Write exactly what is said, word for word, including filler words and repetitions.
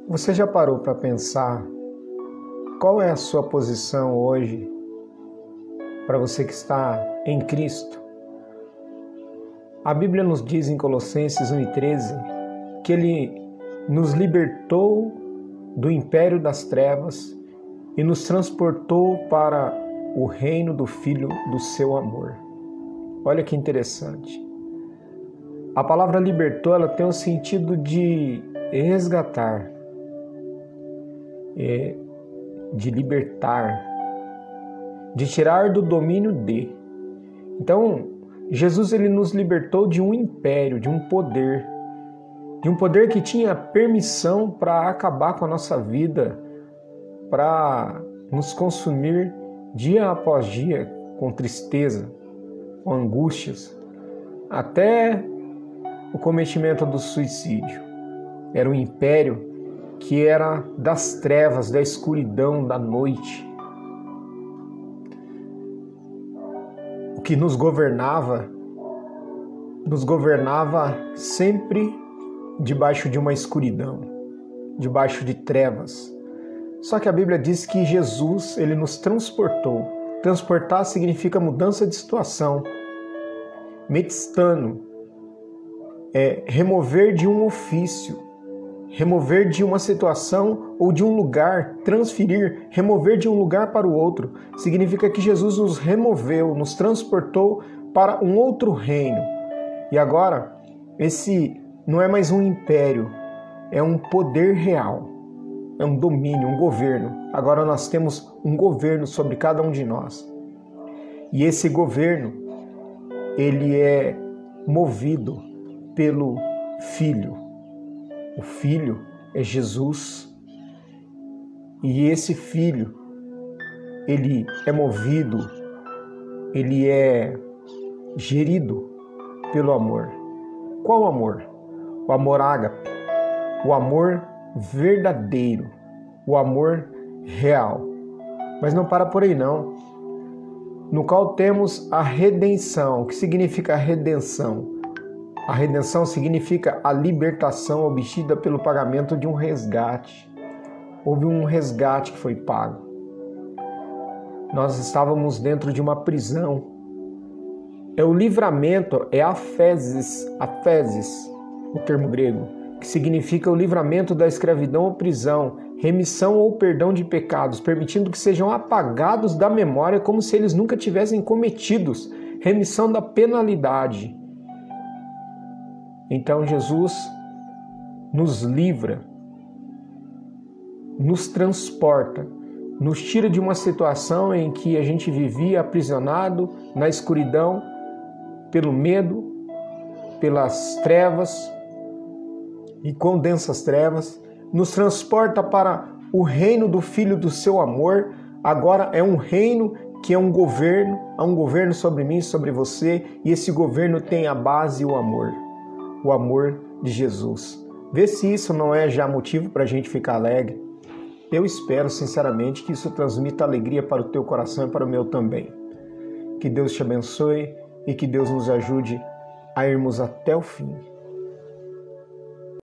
Você já parou para pensar qual é a sua posição hoje para você que está em Cristo? A Bíblia nos diz em Colossenses um e treze que Ele nos libertou do império das trevas e nos transportou para o reino do Filho do seu amor. Olha que interessante. A palavra libertou, ela tem o sentido de resgatar, é, de libertar, de tirar do domínio de. Então, Jesus ele nos libertou de um império, de um poder, de um poder que tinha permissão para acabar com a nossa vida, para nos consumir dia após dia com tristeza, com angústias, até o cometimento do suicídio. Era um império que era das trevas, da escuridão, da noite. O que nos governava, nos governava sempre debaixo de uma escuridão, debaixo de trevas. Só que a Bíblia diz que Jesus, ele nos transportou. Transportar significa mudança de situação. Metstano é remover de um ofício, remover de uma situação ou de um lugar, transferir, remover de um lugar para o outro. Significa que Jesus nos removeu, nos transportou para um outro reino. E agora, esse não é mais um império, é um poder real, é um domínio, um governo. Agora nós temos um governo sobre cada um de nós. E esse governo, ele é movido pelo Filho. O Filho é Jesus. E esse Filho, ele é movido, ele é gerido pelo amor. Qual amor? O amor ágape, o amor verdadeiro, o amor real. Mas não para por aí não. No qual temos a redenção. O que significa a redenção? A redenção significa a libertação obtida pelo pagamento de um resgate. Houve um resgate que foi pago. Nós estávamos dentro de uma prisão. É o livramento, é afésis, afésis, o termo grego, que significa o livramento da escravidão ou prisão, remissão ou perdão de pecados, permitindo que sejam apagados da memória como se eles nunca tivessem cometidos, remissão da penalidade. Então Jesus nos livra, nos transporta, nos tira de uma situação em que a gente vivia aprisionado na escuridão, pelo medo, pelas trevas e com densas trevas, nos transporta para o reino do Filho do seu amor. Agora é um reino que é um governo, há um governo sobre mim, sobre você, e esse governo tem a base e o amor. O amor de Jesus. Vê se isso não é já motivo para a gente ficar alegre. Eu espero sinceramente que isso transmita alegria para o teu coração e para o meu também. Que Deus te abençoe e que Deus nos ajude a irmos até o fim.